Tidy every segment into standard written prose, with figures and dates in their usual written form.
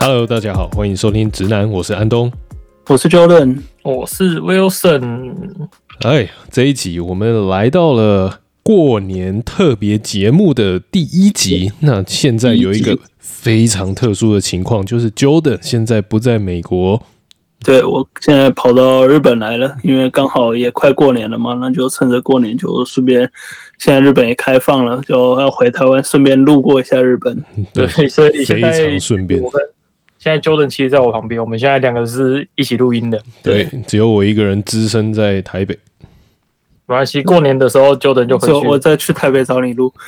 Hello， 大家好，欢迎收听直男，我是安东， 我是 Jordan， 我是 Wilson。 这一集我们来到了过年特别节目的第一集。那现在有一个非常特殊的情况，就是 Jordan 现在不在美国。 对，我现在跑到日本来了，因为刚好也快过年了嘛，那就趁着过年就顺便，现在日本也开放了，就要回台湾，顺便路过一下日本。 对，所以现在非常顺便。 现在 Jordan 其实在我旁边，我们现在两个是一起录音的。 对，只有我一个人只身在台北。 没关系，过年的时候 Jordan 就回去， 我再去台北找你录。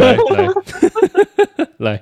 来，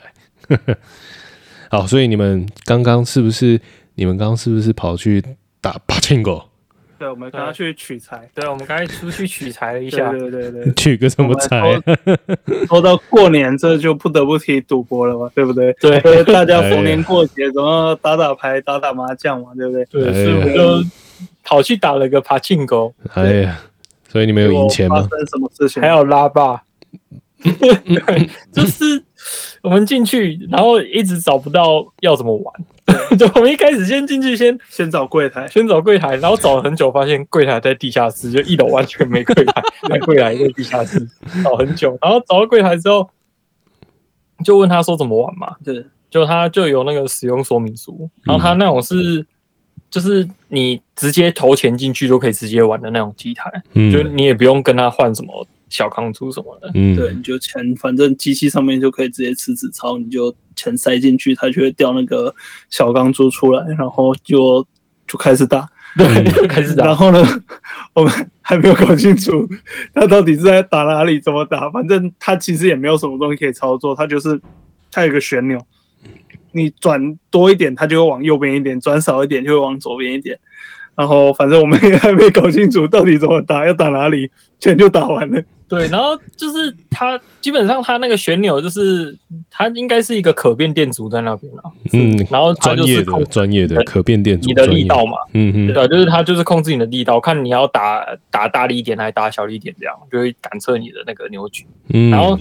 好，所以你们刚刚是不是跑去打帕庆狗？ 对，我们刚刚去取材。 对，我们刚才出去取材了一下。 对， 取个什么材？ 说到过年，这就不得不提赌博了嘛，对不对？ 对， 所以大家逢年过节总要打打牌、打打麻将嘛，对不对？ 对，所以我们就跑去打了个帕庆狗。 哎呀，所以你们有赢钱吗？ 发生什么事情？ 还有拉霸。对，就是我们进去，然后一直找不到要怎么玩。就我们一开始先进去， 先找柜台， 然后找了很久，发现柜台在地下室，就一楼完全没柜台，柜台在地下室，找很久，然后找到柜台之后，就问他说怎么玩嘛， 对， 就他就有那个使用说明书，然后他那种是就是你直接投钱进去就可以直接玩的那种机台，就你也不用跟他换什么小钢珠什么的， 对，你就钱，反正机器上面就可以直接吃纸钞，你就钱塞进去，它就会掉那个小钢珠出来，然后就开始打， 对，就开始打。 然后呢，我们还没有搞清楚它到底是在打哪里，怎么打，反正它其实也没有什么东西可以操作，它有一个旋钮，你转多一点，它就会往右边一点；转少一点，就会往左边一点。然后反正我们也还没搞清楚到底怎么打，要打哪里，钱就打完了。 对，然后就是它基本上它那个旋钮就是它应该是一个可变电阻在那边啊，然后它就是专业的可变电阻， 你的力道嘛， 对， 就是它就是控制你的力道，看你要打大力一点还是打小力一点，这样就会感测你的那个扭矩。然后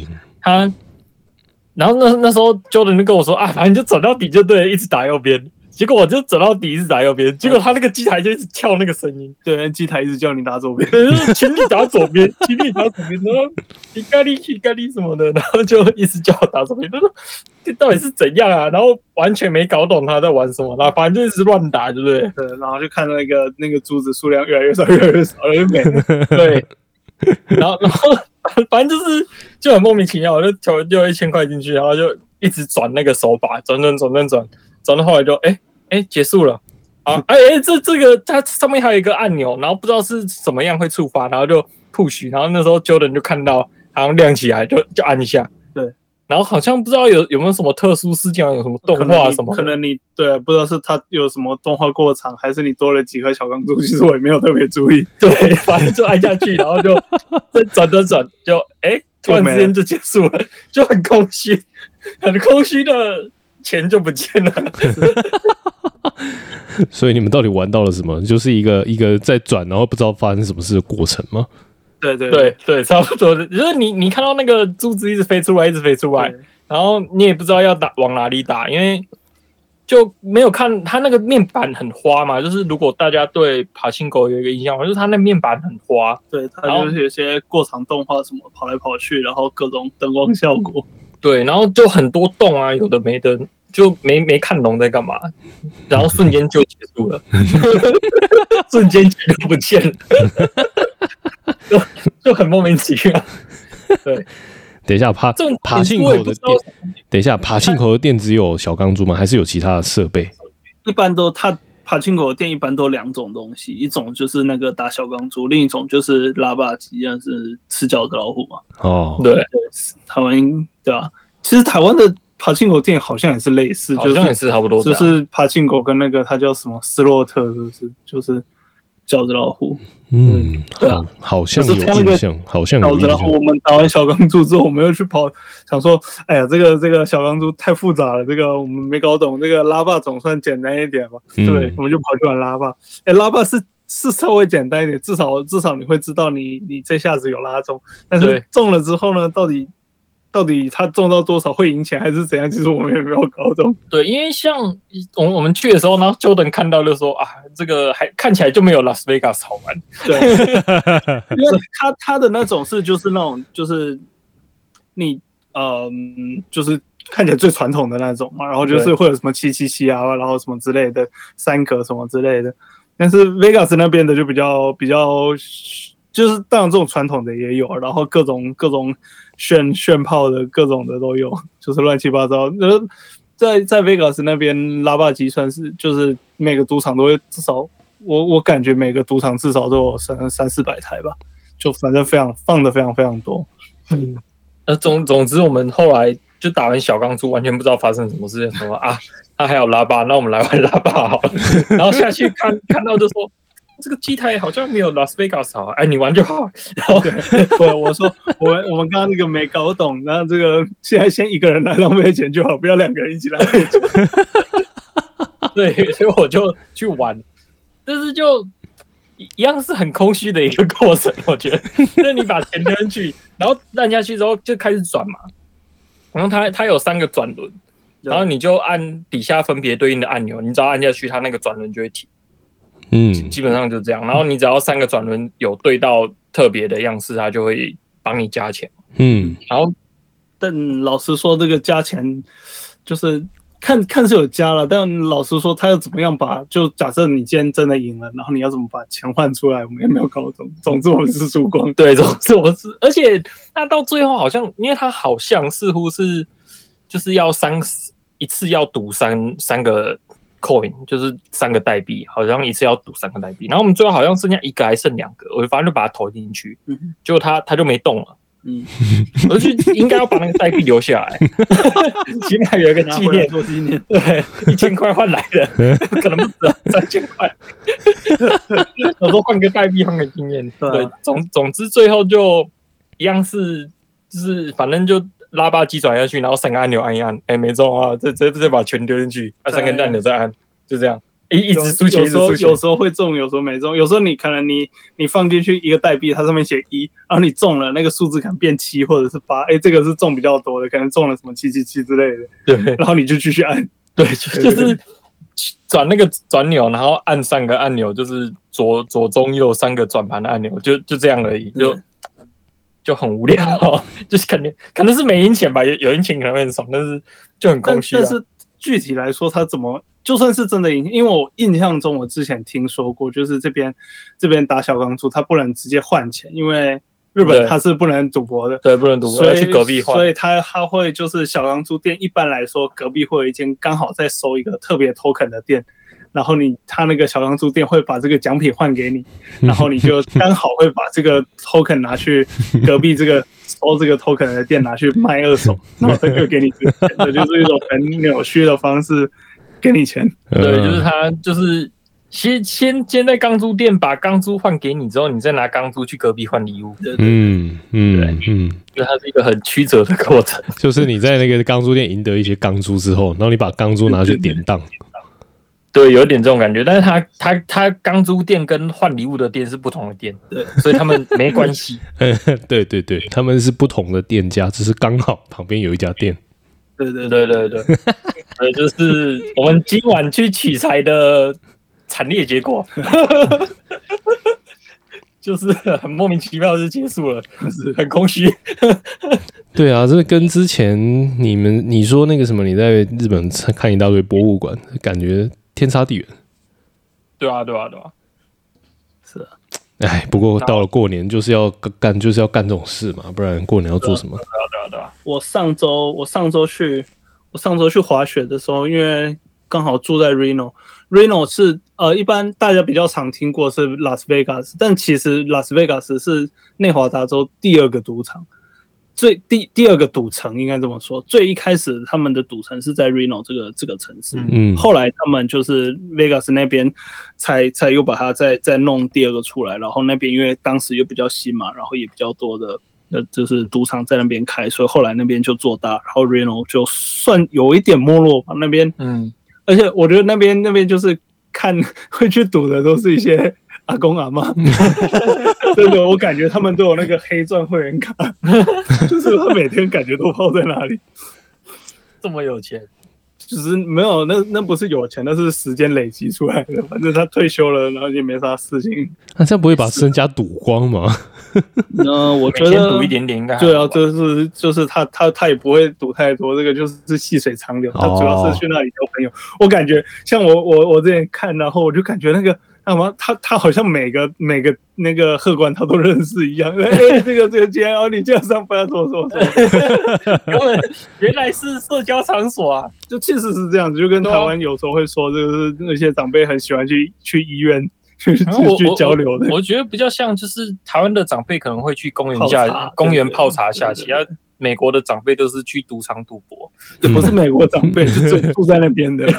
那时候 Jordan 就跟我说啊，反正就转到底就对了，一直打右边。结果我就转到底一直打右边，结果他那个机台就一直跳那个声音， 对，机台一直叫你打左边， 请你打左边，请你打左边，然后你咖喱什么的，然后就一直叫我打左边，他说这到底是怎样啊？然后完全没搞懂他在玩什么，然后反正就一直乱打，对不对？ 对，然后就看到那个珠子数量越来越少，越来越少，就没了。 对，然后反正就很莫名其妙，我就投丢1000块进去，然后就一直转那个手把，转到后来就结束了啊！这个它上面还有一个按钮，然后不知道是怎么样会触发，然后就 push， 然后那时候 Jordan 就看到好像亮起来，就按一下， 对， 然后好像不知道有没有什么特殊事件，有什么动画什么， 可能你对不知道是它有什么动画过场，还是你多了几颗小钢珠，其实我也没有特别注意， 对，反正就按下去，然后就转，就突然之间就结束了，就很空虚的。钱就不见了， 所以你们到底玩到了什么？就是一个在转，然后不知道发生什么事的过程吗？ 对，差不多的。就是你看到那个珠子一直飞出来，然后你也不知道要往哪里打，因为就没有看它那个面板很花嘛。就是如果大家对爬行狗有一个印象，就是它那面板很花， 对，它就是有些过场动画什么跑来跑去，然后各种灯光效果。 对，然后就很多洞啊，有的没的，就没看懂在干嘛，然后瞬間就结束了，瞬間就不见了，就很莫名其妙。对， 等一下，爬进口的店，等一下，爬进口的店只有小钢珠吗？还是有其他的设备？ 一般都爬进口的店一般都2种东西，一种就是那个打小钢珠，另一种就是拉霸机，是吃饺子老虎嘛。 哦， 对， 台湾对啊，其实台湾的爬进口店好像也是类似， 好像也是差不多， 就是爬进口跟那个它叫什么斯洛特，是不是？就是饺子老虎。 对啊，好像有印象， 饺子老虎。我们打完小钢珠之后，我们又去跑，想说，哎呀，这个小钢珠太复杂了，这个我们没搞懂。这个拉霸总算简单一点吧？对，我们就跑去玩拉霸。拉霸是稍微简单一点，至少你会知道你这下子有拉中，但是中了之后呢，到底到底他中到多少会赢钱还是怎样，其实我们也没有搞懂。 对，因为像我们去的时候，然后 Jordan 看到就说啊，这个还看起来就没有 Las Vegas 好玩。 对，因为他的那种就是那种就是你就是看起来最传统的那种嘛，然后就是会有什么777啊，然后什么之类的3格什么之类的。但是 Vegas 那边的就比较就是当然这种传统的也有，然后各种炫炮的各种的都有，就是乱七八糟。在 Vegas 那边拉霸机算是就是每个赌场都会至少我感觉每个赌场至少都有300-400台吧，就反正放的非常非常多。 总之我们后来就打完小钢珠，完全不知道发生什么事情，什么啊，他还有拉霸，那我们来玩拉霸好了。然后下去看到就说。这个机台好像没有 Las Vegas 好，哎，你玩就好。然后我说我们刚刚那个没搞懂，然后这个现在先一个人来浪费钱就好，不要2个人一起浪费钱。 对，所以我就去玩，但是就一样是很空虚的一个过程，我觉得。就是你把钱丢进去，然后按下去之后就开始转嘛，然后它有3个转轮，然后你就按底下分别对应的按钮，你只要按下去，它那个转轮就会停。基本上就这样。然后你只要3个转轮有对到特别的样式，它就会帮你加钱。然后但老实说，这个加钱就是看是有加了，但老实说，他要怎么样就假设你今天真的赢了，然后你要怎么把钱换出来，我们也没有搞懂。总之我们是输光。 对，总之我们是，而且那到最后好像，因为他好像似乎是就是要一次要赌三个。coin 就是3个代币，好像一次要赌3个代币，然后我们最后好像剩下1个还剩2个，我反正就把它投进去，结果他就没动了，我就应该要把那个代币留下来，起码有一个纪念， 做纪念， 对，1000块换来的，可能不止3000块，我说换个代币换个经验，对，总之最后就一样是就是反正就。拉霸机转下去，然后3个按钮按一按，没中啊，再把钱丢进去，3个按钮再按，就这样，一直输钱， 有时候会中，有时候没中，有时候你可能你放进去一个代币，它上面写1，然后你中了，那个数字可能变7或者是8，这个是中比较多的，可能中了什么777之类的， 对， 然后你就继续按， 对，就是转那个转钮，然后按3个按钮，就是左中右3个转盘的按钮，就这样而已，就很无聊，就是可能是没赢钱吧，有赢钱可能会很爽，但是就很空虚。 但是具体来说，他怎么就算是真的赢？因为我印象中我之前听说过，就是这边打小钢珠，他不能直接换钱，因为日本他是不能赌博的， 对，不能赌博，要去隔壁换。 所以他会就是小钢珠店，一般来说隔壁会有一间刚好在收一个特别 token 的店。然后他那个小钢珠店会把这个奖品换给你，然后你就刚好会把这个 token 拿去隔壁这个收这个 token 的店拿去卖2手，然后他就给你这个钱，这就是一种很扭曲的方式给你钱。 对，就是他就是先在钢珠店把钢珠换给你之后，你再拿钢珠去隔壁换礼物。 对， 就它是一个很曲折的过程。 就是你在那个钢珠店赢得一些钢珠之后，然后你把钢珠拿去典当。 对，有点这种感觉，但是他钢珠店跟换礼物的店是不同的店，对，所以他们没关系。 对，他们是不同的店家，只是刚好旁边有一家店。 对，就是我们今晚去取材的惨烈结果，就是很莫名其妙就结束了，很空虚。 对啊，这跟之前你说那个什么，你在日本看一大堆博物馆，感觉天差地远。 对啊， 是啊。 哎，不过到了过年就是要干这种事嘛，不然过年要做什么？ 对啊。 我上周去滑雪的时候，因为刚好住在 Reno 是一般大家比较常听过是 Las Vegas， 但其实 Las Vegas 是内华达州第2个赌场。第2个赌城应该这么说，最一开始他们的赌城是在 Reno 这个城市，后来他们就是 Vegas 那边才又把它再弄第2个出来，然后那边因为当时又比较新嘛，然后也比较多的就是赌场在那边开，所以后来那边就做大，然后 Reno 就算有一点没落吧那边，而且我觉得那边就是看会去赌的都是一些阿公阿嬷，真的，我感觉他们都有那个黑钻会员卡，就是他每天感觉都泡在那里， 这么有钱。 就是没有，那不是有钱，那是时间累积出来的。反正他退休了，然后也没啥事情。 那这样不会把身家赌光吗？ 我觉每天得赌一点点应该还好吧。 对啊，就是他也不会赌太多，这个就是细水长流。他主要是去那里交朋友。我感觉像我之前看，然后我就感觉那个他好像每个那个荷官他都认识一样。这个今天你这样上班怎么原来是社交场所啊！ 就其实是这样子，就跟台湾有时候会说，就是那些长辈很喜欢去医院去交流的。 我觉得比较像就是台湾的长辈可能会去公园泡茶下棋，美国的长辈都是去赌场赌博， 也不是美国长辈，是住在那边的。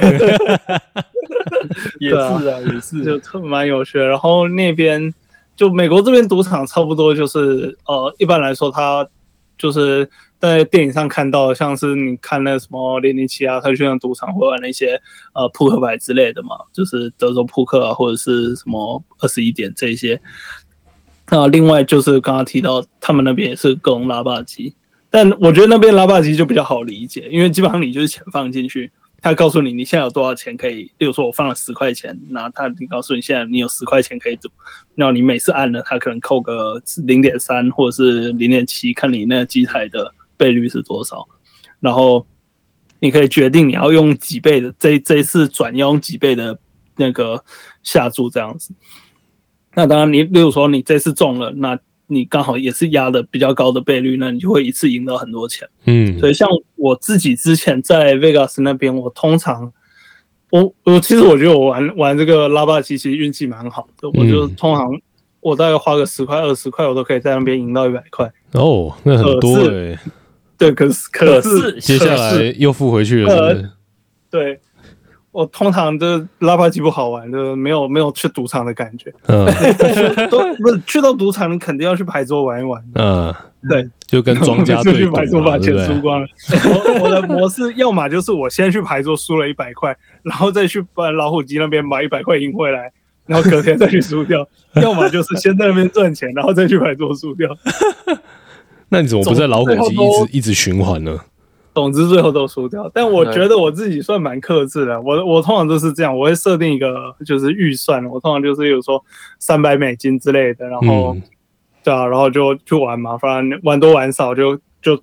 也是啊，也是， 就蛮有趣的。然后那边就美国这边赌场差不多就是一般来说它就是在电影上看到的，像是你看那什么007啊，他去那赌场会玩那些扑克牌之类的嘛，就是德州扑克啊，或者是什么21点这一些。另外就是刚刚提到他们那边也是各种拉霸机，但我觉得那边拉霸机就比较好理解，因为基本上你就是钱放进去。他告诉你现在有多少钱可以，例如说我放了10块钱，那他告诉你现在你有10块钱可以赌，然后你每次按了，他可能扣个 0.3 或者是 0.7， 看你那个机台的倍率是多少，然后你可以决定你要用几倍的这一次转要用几倍的那个下注这样子。那当然例如说你这次中了，那你刚好也是压的比较高的倍率，那你就会一次赢到很多钱。所以像我自己之前在 Vegas 那边，我通常其实我觉得我玩这个拉霸机其实运气蛮好的，我就通常我大概花个10块20块，我都可以在那边赢到100块。 哦，那很多欸。 对，可是接下来又付回去了，是不是？ 对。我通常的拉霸机不好玩的，没有去赌场的感觉。不是去到赌场，你肯定要去牌桌玩一玩。对， 就跟庄家对赌， 去牌桌把钱输光了。我的模式，要么就是我先去牌桌输了100块，然后再去老虎机那边把100块赢回来，然后隔天再去输掉；要么就是先在那边赚钱，然后再去牌桌输掉。 那你怎么不在老虎机一直循环呢？ 总之最后都输掉，但我觉得我自己算蛮克制的。我通常都是这样，我会设定一个就是预算，我通常就是有说$300之类的，然后对啊，然后就去玩嘛，反正玩多玩少就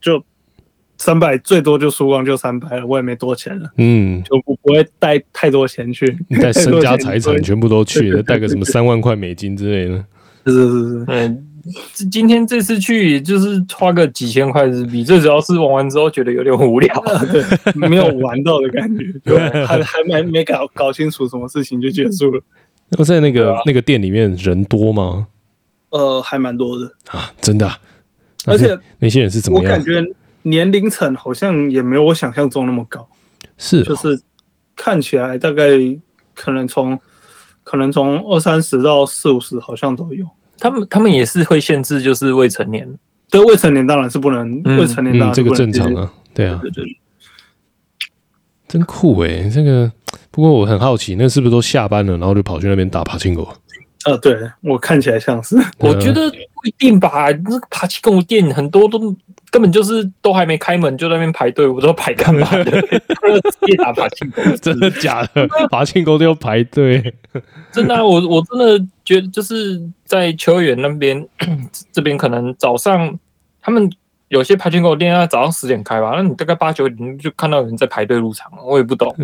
300，最多就输光就300了，我也没多钱了，就不会带太多钱去， 带身家财产全部都去了，带个什么3万块美金之类的， 是。 今天这次去就是花个几千块日币，最主要是玩完之后觉得有点无聊， 对，没有玩到的感觉，就还没搞清楚什么事情就结束了。 我在那个店里面人多吗？ 还蛮多的啊，真的而且那些人是怎么样？ 我感觉年龄层好像也没有我想象中那么高， 是就是看起来大概可能从20-30到40-50好像都有。 他们也是会限制，就是未成年。 对，未成年当然是不能，未成年当然是不能， 这个正常啊，对啊， 对， 真酷欸。这个不过我很好奇，那是不是都下班了，然后就跑去那边打爬庆狗？ 对，我看起来像是。 我觉得不一定吧，那个爬庆狗店很多都根本就是都还没开门就在那边排队，我都排干嘛的？直接打爬庆狗， 真的假的？爬庆狗都要排队？ 真的啊，我真的觉得就是在秋叶原那边这边可能早上他们有些爬庆狗店要早上10点开吧，那你大概8、9点就看到有人在排队入场，我也不懂。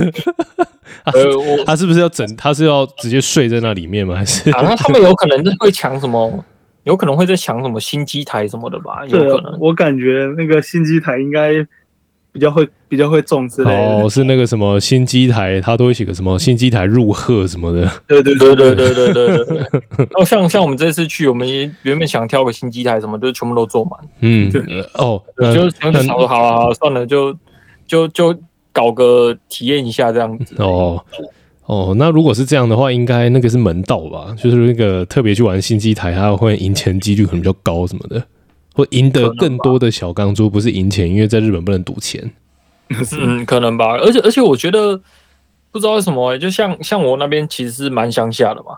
他是不是要他是要直接睡在那里面吗？还是那他们有可能会抢什么？有可能会在抢什么新机台什么的吧？有可能。 我感觉那个新机台应该比较会中之类的。 是那个什么新机台，他都会写个什么新机台入贺什么的。 对。 然后像我们这次去，我们原本想挑个新机台什么，就全部都坐满。就想说好算了，就搞个体验一下这样子。 那如果是这样的话，应该那个是门道吧？就是那个特别去玩新机台，他会赢钱几率可能比较高什么的，或赢得更多的小钢珠，不是赢钱，因为在日本不能赌钱。 可能吧。而且我觉得不知道为什么就像我那边其实是蛮乡下的嘛，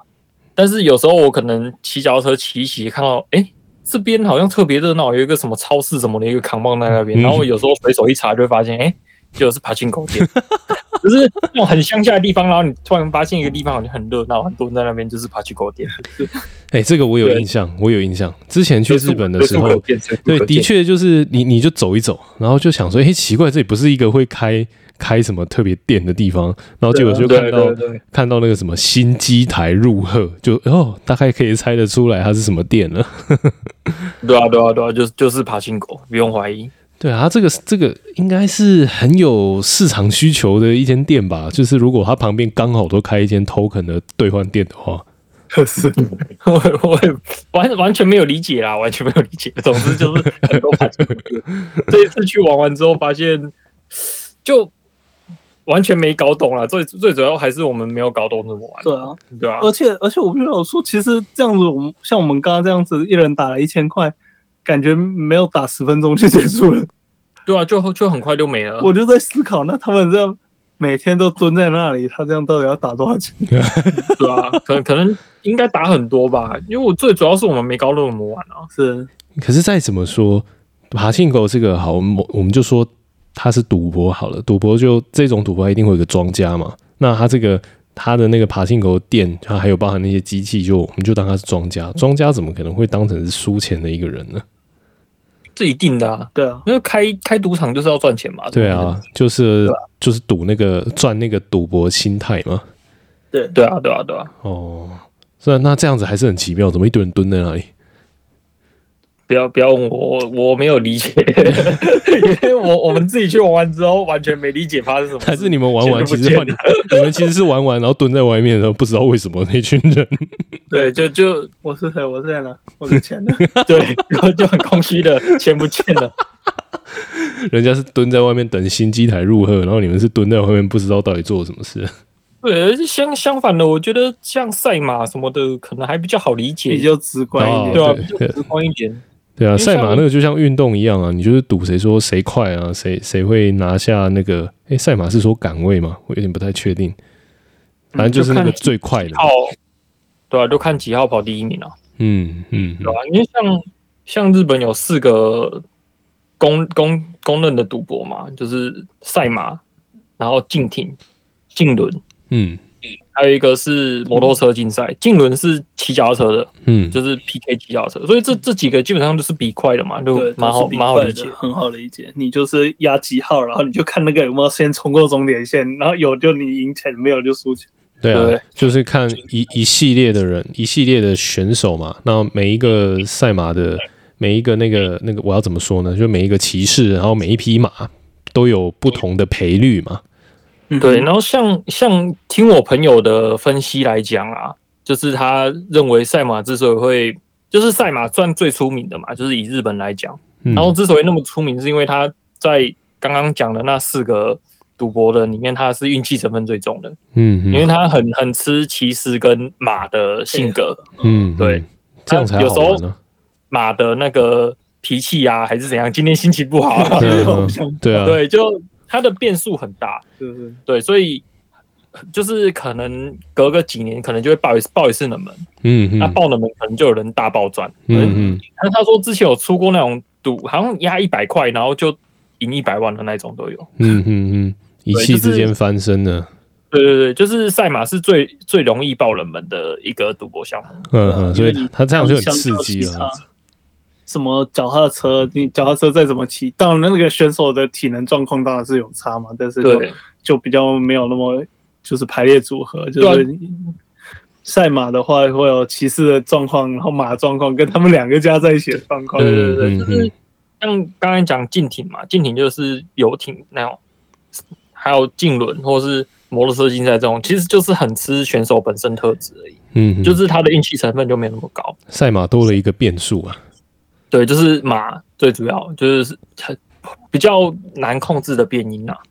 但是有时候我可能骑脚踏车骑一骑，看到这边好像特别热闹，有一个什么超市什么的一个扛棒在那边，然后有时候随手一查就会发现，就是爬进狗店，就是那种很乡下的地方，然后你突然发现一个地方好像很热闹，很多人在那边，就是爬进狗店。 这个我有印象，之前去日本的时候，对，的确就是你就走一走，然后就想说，奇怪，这里不是一个会开什么特别店的地方，然后结果就看到那个什么新机台入贺，就大概可以猜得出来它是什么店了。 对啊，就是爬行狗，不用怀疑。 对啊，这个应该是很有市场需求的一间店吧？就是如果它旁边刚好都开一间 token 的兑换店的话， 是，我完全没有理解啦，完全没有理解。总之就是很多爬行狗店。这一次去玩完之后，发现就完全没搞懂啦。最主要还是我们没有搞懂怎么玩。对啊。 而且我必须要说，其实这样子，像我们刚刚这样子，一人打了1000块。感觉没有打10分钟就结束了， 对啊，就很快就没了。 我就在思考，那他们这样每天都蹲在那里，他这样到底要打多少钱？ 对啊，可能应该打很多吧，因为最主要是我们没搞懂怎么玩啊。是， 可是再怎么说，爬行狗这个好，我们就说它是赌博好了，赌博就这种赌博一定会有个庄家嘛，那他的那个爬行狗店，它还有包含那些机器，我们就当他是庄家。庄家怎么可能会当成是输钱的一个人呢？ 这一定的啊，对啊，因为开赌场就是要赚钱嘛。 对啊，就是赌那个赚那个赌博心态嘛。 对啊。 哦，虽然那这样子还是很奇妙，怎么一堆人蹲在那里？ 不要问我没有理解，因为我们自己去玩完之后完全没理解发生什么事。 还是你们玩完，其实你们其实是玩完然后蹲在外面，然后不知道为什么那群人。 对，就我是谁？我是谁呢？我是钱呢？ 对，就很空虚的，钱不见了。 人家是蹲在外面等新机台入贺，然后你们是蹲在外面不知道到底做了什么事。 对，相反的，我觉得像赛马什么的，可能还比较好理解， 比较直观一点， 对啊，比较直观一点。 对啊，赛马那个就像运动一样啊，你就是赌谁说谁快啊，谁会拿下那个？赛马是说杆位吗？我有点不太确定。反正就是那个最快的。 对啊，就看几号跑第一名啊。 对啊，因为像日本有4个公认的赌博嘛，就是赛马，然后竞艇、竞轮，还有一个是摩托车竞赛，竞轮是骑脚踏车的，就是 PK 骑脚踏车，所以这几个基本上都是比快的嘛，就蛮好理解， 很好理解。你就是压几号，然后你就看那个有没有先冲过终点线，然后有就你赢钱，没有就输钱。 对啊，就是看一系列的人，一系列的选手嘛。那每一个赛马的每一个那个我要怎么说呢？就每一个骑士，然后每一匹马都有不同的赔率嘛。 对，然后像听我朋友的分析来讲啊，就是他认为赛马之所以会，就是赛马算最出名的嘛，就是以日本来讲，然后之所以那么出名，是因为他在刚刚讲的那4个赌博的里面，他是运气成分最重的，因为他很吃骑士跟马的性格，对， 这样才好玩呢。 有时候马的那个脾气啊，还是怎样，今天心情不好， 对啊， 对，就它的变数很大，对，所以就是可能隔个几年，可能就会爆一次冷门，那爆冷门可能就有人大爆赚，那他说之前有出过那种赌，好像压100块，然后就赢100万的那种都有， 一气之间翻身了。 对，就是赛马是最容易爆冷门的一个赌博项目， 所以他这样就很刺激了。 什么脚踏车，你脚踏车再怎么骑，当然那个选手的体能状况当然是有差嘛，但是就比较没有那么就是排列组合，就是赛马的话会有骑士的状况，然后马的状况跟他们2个加在一起的状况。 对，就是像刚才讲竞艇嘛，竞艇就是游艇那种，还有竞轮或是摩托车竞赛这种，其实就是很吃选手本身特质而已，就是他的运气成分就没有那么高。 赛马多了一个变数啊。 对，就是马最主要就是比较难控制的变因啊。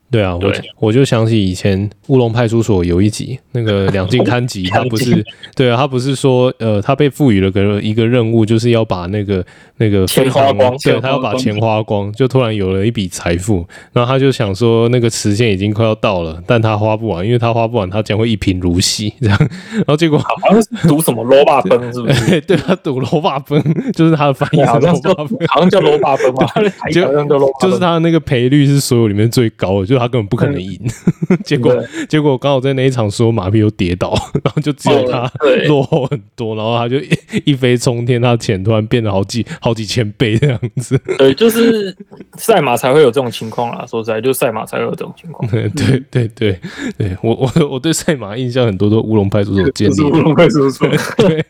对啊，我就想起以前乌龙派出所有一集那个两津勘吉，他不是对啊，他不是说他被赋予了一个任务，就是要把那个钱花光， 对，他要把钱花光，就突然有了一笔财富，然后他就想说那个时限已经快要到了，但他花不完，因为他花不完，他将会一贫如洗这样，然后结果好像是赌什么罗巴崩是不是？ 对，他赌罗巴崩，就是他的翻译是罗巴崩， 好像叫罗巴崩嘛， 就是他的那个赔率是所有里面最高的，就他根本不可能赢。结果刚好在那一场所有马匹都跌倒，然后就只有他落后很多，然后他就一飞冲天，他的钱突然变得好几千倍这样子。 对，就是赛马才会有这种情况啦。说实在，就赛马才会有这种情况。 对，我对赛马印象很多都乌龙派出所建立的。 乌龙派出所。 对。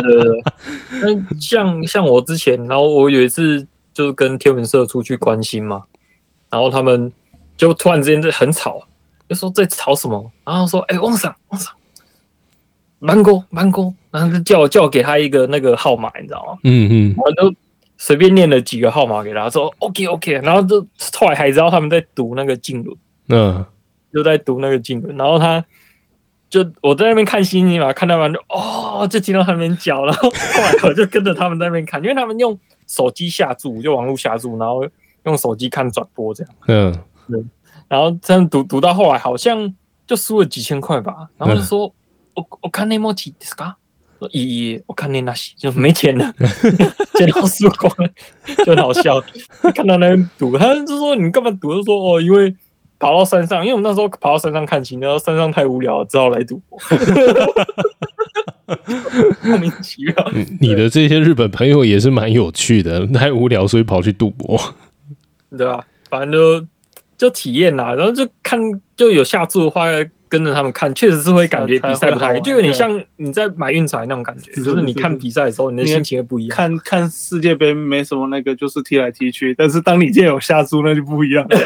那像我之前，然后我有一次就是跟天文社出去关心嘛，然后他们就突然之间很吵，就说在吵什么，然后说汪桑，蛮哥，然后就叫我给他一个那个号码，你知道吗？然后就随便念了几个号码给他，说 OK， 然后就后来还知道他们在读那个竞轮，就在读那个竞轮，然后我在那边看星星嘛，看到完就听到他们叫，然后后来我就跟着他们在那边看，因为他们用手机下注，就网络下注，然后用手机看转播这样，然后这样读到后来好像就输了几千块吧，然后就说我看那莫提ですか？我看那些就没钱了，钱都输光了，就很好笑。看到那边赌，他就说你干嘛赌？就说因为跑到山上，因为我们那时候跑到山上看星，然后山上太无聊了，只好来赌博。莫名其妙。 你的这些日本朋友也是蛮有趣的，太无聊所以跑去赌博。 对啊，反正就体验啦，然后就看就有下注的话，跟着他们看，确实是会感觉比赛不太一样，就有点像你在买运彩那种感觉，就是你看比赛的时候，你的心情会不一样。 看世界杯没什么那个，就是踢来踢去，但是当你今天有下注，那就不一样。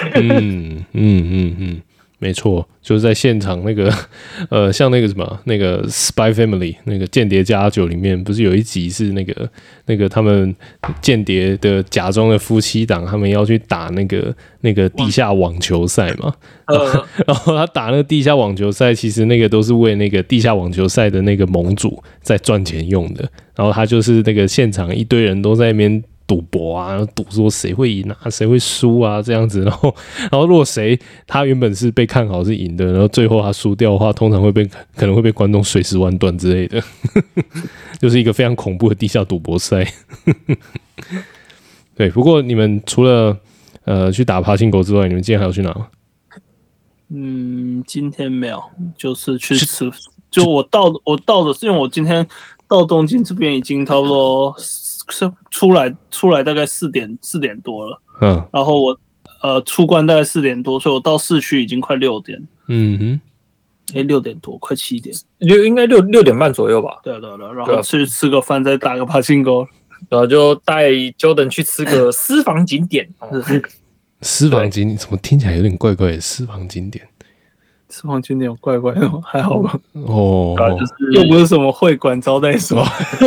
没错，就是在现场那个像那个什么那个 Spy Family 那个间谍家酒里面，不是有一集是那个他们间谍的假装的夫妻档，他们要去打那个地下网球赛嘛，然后他打那个地下网球赛，其实那个都是为那个地下网球赛的那个盟主在赚钱用的，然后他就是那个现场一堆人都在那边赌博啊，赌说谁会赢啊，谁会输啊，这样子。然后如果他原本是被看好是赢的，然后最后他输掉的话，通常可能会被观众碎尸万段之类的，就是一个非常恐怖的地下赌博赛。对，不过你们除了去打爬行狗之外，你们今天还要去哪吗？ 今天没有，就是去吃。就我到的是因为我今天到东京这边已经差不多。出来大概4点多了，然后我出关大概4点多，所以我到市区已经快6点，6点多快7点， 应该6点半左右吧。 对，然后去吃个饭，再打个爬行狗， 然后就带 Jordan 去吃个私房景点。 私房景点怎么听起来有点怪怪的？私房景点有怪怪的，还好吧？ 就是又不是什么会馆招待所。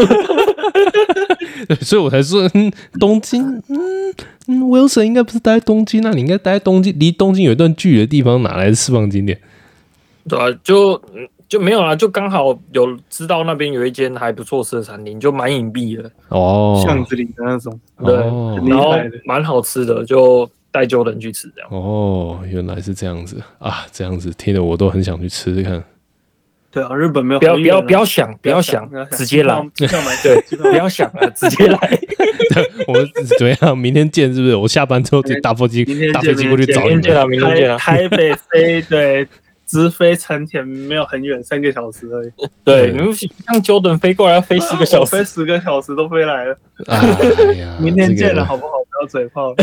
对，所以我才说，东京，Wilson 应该不是待在东京，那你应该待在东京，离东京有一段距离的地方，哪来的私房景点？ 对啊，就没有啦，就刚好有知道那边有一间还不错吃的餐厅，就蛮隐蔽的巷子里的那种， 对，然后蛮好吃的，就带 Jordan 去吃这样。原来是这样子啊，这样子听得我都很想去吃吃看。 对啊，日本没有， 不要想，直接来，对，不要想了，直接来。 我们怎么样？明天见，是不是？我下班之后直接搭飞机过去找你们。 明天见了。 台北飞，对，直飞成田没有很远，3个小时而已。 对，你们像 Jordan 飞过来要飞10个小时， 飞10个小时都飞来了。 哎呀， 明天见了，好不好？不要嘴炮。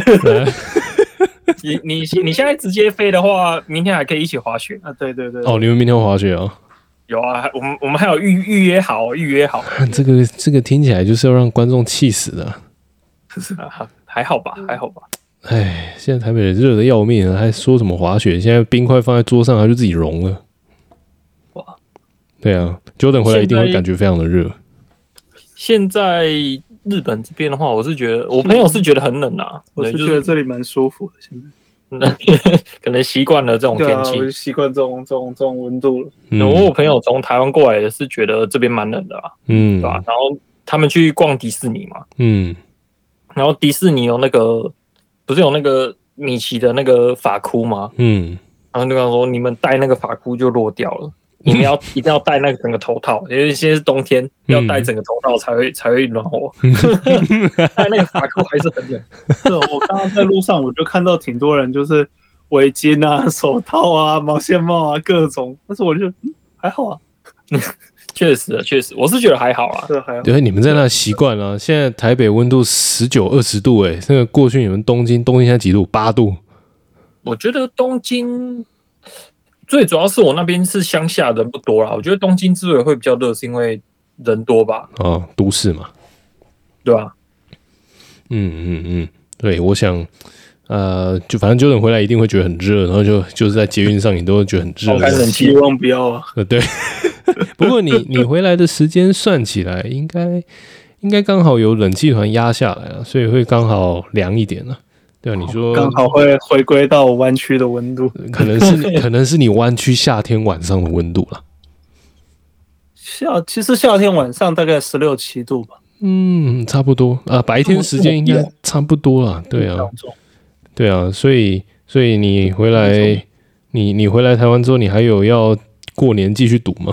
你现在直接飞的话，明天还可以一起滑雪啊！对。 哦，你们明天滑雪哦？ 有啊，我们还有预约好。 这个听起来就是要让观众气死的。 还好吧。 哎，现在台北人热得要命，还说什么滑雪？现在冰块放在桌上，它就自己融了。哇！对啊 ，Jordan 回来一定会感觉非常的热。 现在日本这边的话，我是觉得我朋友是觉得很冷啊， 我是觉得这里蛮舒服的。现在可能习惯了这种天气， 我就习惯这种温度了。 我有朋友从台湾过来的是觉得这边蛮冷的啦，对吧？然后他们去逛迪士尼嘛，然后迪士尼有那个不是有那个米奇的那个发箍吗？然后就跟他说，你们戴那个发箍就落掉了。你们一定要戴那个整个头套，因为现在是冬天，要戴整个头套才会暖和。戴那个发箍还是很冷。 是我刚刚在路上我就看到挺多人就是围巾啊、手套啊、毛线帽啊各种，但是我就还好啊。 确实，我是觉得还好啊。 对，你们在那习惯了。现在台北温度19、20度，那个过去你们东京现在几度？8度。 我觉得东京最主要是我那边是乡下，人不多啦。我觉得东京之所以会比较热，是因为人多吧？ 都市嘛， 对吧？ 对，我想，就反正Jordan回来一定会觉得很热，然后就是在捷运上你都会觉得很热。 开冷气，希望不要啊。 对。不过你回来的时间算起来，应该刚好有冷气团压下来了，所以会刚好凉一点了。对啊，你说刚好会回归到湾区的温度， 可能是你湾区夏天晚上的温度了。 其实夏天晚上大概16、17度吧。 差不多啊，白天时间应该差不多啦。对啊，所以你回来，你回来台湾之后，你还有要过年继续赌吗？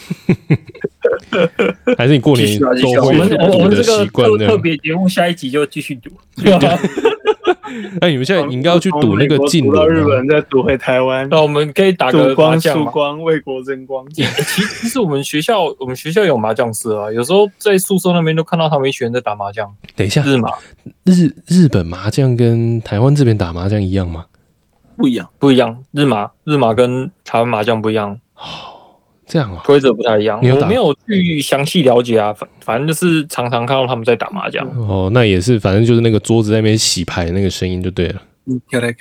还是你过年都会我们这习惯个特别节目下一集就继续赌。 那你们现在应该要去赌那个近轮，日本再赌回台湾。 那我们可以打个麻将曙光，为国争光。 其实我们学校有麻将社啊，有时候在宿舍那边都看到他们一群人在打麻将。 等一下，日本麻将跟台湾这边打麻将一样吗？ 不一样， 日麻跟台湾麻将不一样。 这样啊， 规则不太一样。我没有去详细了解啊，反正就是常常看到他们在打麻将。 那也是，反正就是那个桌子在那边洗牌那个声音就对了。 对，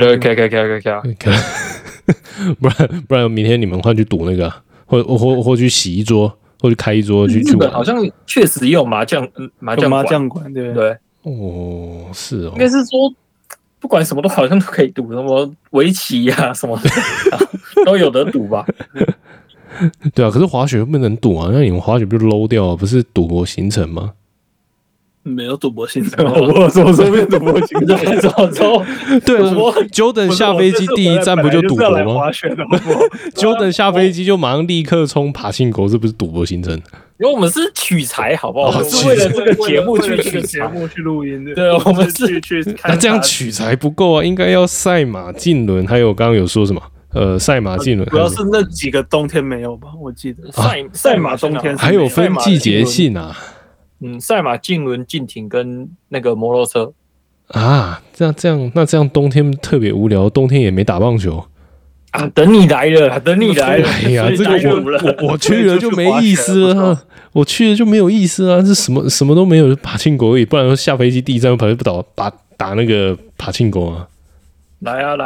不然明天你们换去赌那个，或去洗一桌，或去开一桌去玩。 日本好像确实也有麻将馆，对。 是哦。 应该是说，不管什么都好像都可以赌，什么围棋啊什么的都有得赌吧。 对啊，可是滑雪不能赌啊，那你们滑雪不就 low 掉啊？不是赌博行程吗？ 没有赌博行程，我什么时候变赌博行程？ 对啊，Jordan 下飞机第一站不就赌博吗？Jordan 下飞机就马上立刻冲爬信狗，这不是赌博行程？ 因为我们是取材，好不好？我们是为了这个节目去取材， 去录音的。 对，我们是去看。 那这样取材不够啊，应该要赛马、竞轮，还有刚刚有说什么？赛马、竞轮， 主要是那几个冬天没有吧？我记得赛马冬天还有分季节性啊。 赛马、竞轮、竞艇跟那个摩托车啊，这样冬天特别无聊，冬天也没打棒球啊。等你来了。 哎呀，这个我去了就没意思了，我去了就没有意思啊，这什么都没有，就爬庆狗而已。不然说下飞机第一站跑去打那个爬庆狗啊。 来啊！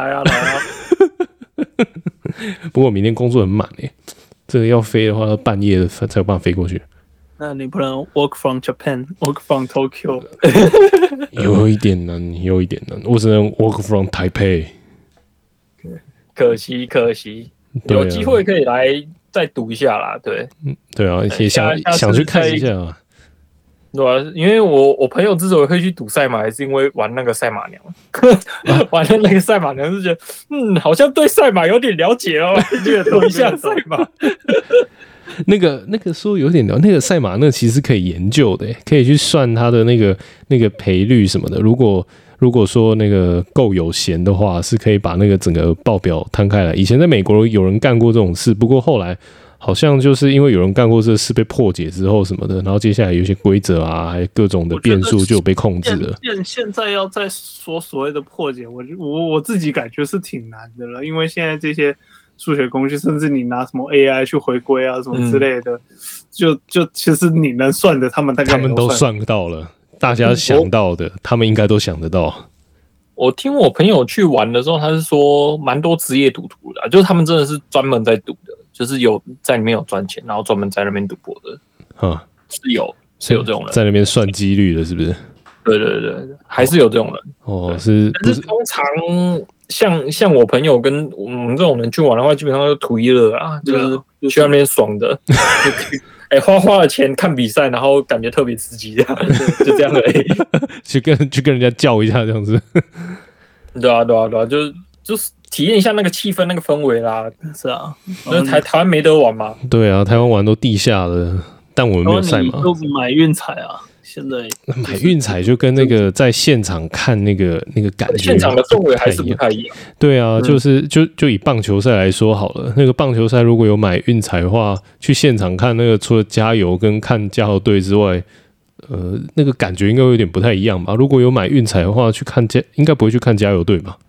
不过明天工作很满这个要飞的话，半夜才有办法飞过去。 那你不能 work from Japan, work from Tokyo？ 有一点难，我只能 work from Taipei。 可惜，有机会可以来再赌一下啦。对， 对啊，也想去看一下啊。 对啊，因为我朋友之所以会去赌赛马，还是因为玩那个赛马娘，玩的那个赛马娘是觉得，好像对赛马有点了解哦，就赌一下赛马。 那个说有点聊，那个赛马那其实可以研究的，可以去算它的那个赔率什么的。如果说那个够有闲的话，是可以把那个整个报表摊开来。以前在美国有人干过这种事，不过后来好像就是因为有人干过这事被破解之后什么的，然后接下来有一些规则啊，还有各种的变数就有被控制了。 现在要再说所谓的破解，我自己感觉是挺难的了，因为现在这些数学工具，甚至你拿什么 AI 去回归啊什么之类的，就其实你能算的，他们都算到了，大家想到的，他们应该都想得到。 我听我朋友去玩的时候，他是说蛮多职业赌徒的，就是他们真的是专门在赌的，就是有在里面有赚钱，然后专门在那边赌博的，是有这种人在那边算几率的，是不是？ 对，还是有这种人。 哦， 但是通常像我朋友跟我们这种人去玩的话，基本上就图一乐啊，就是去那边爽的，花了钱看比赛，然后感觉特别刺激，就这样而已。 去跟人家叫一下这样子。 对啊，就是体验一下那个气氛、那个氛围啦。 是啊， 就是台湾没得玩嘛。 对啊，台湾玩都地下了，但我们没有赛马。 都买运彩啊。现在买运彩就跟那个在现场看那个感觉， 现场的氛围还是不太一样。 对啊，就以棒球赛来说好了，那个棒球赛如果有买运彩的话，去现场看那个除了加油跟看加油队之外，那个感觉应该会有点不太一样吧？如果有买运彩的话，应该不会去看加油队吧？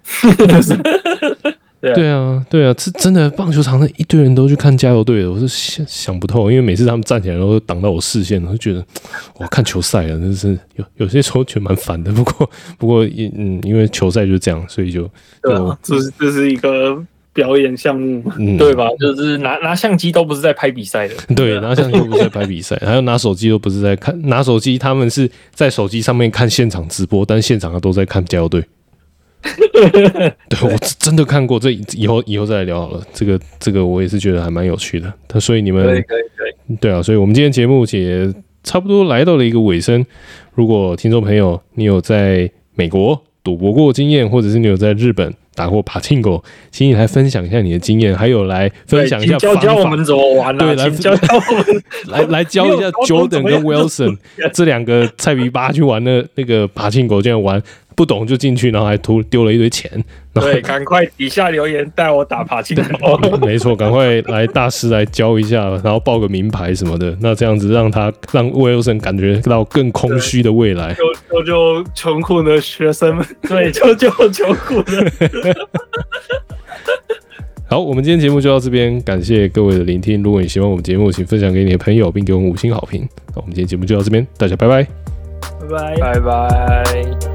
对啊，这真的棒球场那一堆人都去看加油队的，我是想不透，因为每次他们站起来都挡到我视线，我就觉得哇，看球赛啊，真是有些时候觉得蛮烦的。不过因为球赛就是这样，所以就这是一个表演项目， 对吧？就是拿相机都不是在拍比赛的， 对，拿相机都不是在拍比赛，还有拿手机都不是在看，拿手机他们是在手机上面看现场直播，但现场他都在看加油队。对，我真的看过，这以后再来聊好了。这个我也是觉得还蛮有趣的。所以你们可以，对啊，所以我们今天节目也差不多来到了一个尾声。如果听众朋友你有在美国赌博过经验，或者是你有在日本打过爬庆狗，请你来分享一下你的经验，还有来分享一下方法， 教我们怎么玩啊？ 对， 来教我们， 来教一下 Jordan 跟 Wilson 这两个菜逼巴去玩那个爬庆狗，这样玩。不懂就进去，然后还丢了一堆钱。 对，赶快底下留言带我打爬庆狗。 没错，赶快来大师来教一下，然后报个名牌什么的。那这样子让 Wilson 感觉到更空虚的未来。 就穷苦的学生们， 对，就穷苦的。 好，我们今天节目就到这边，感谢各位的聆听。如果你喜欢我们节目，请分享给你的朋友，并给我们5星好评。那我们今天节目就到这边，大家拜拜， 拜拜。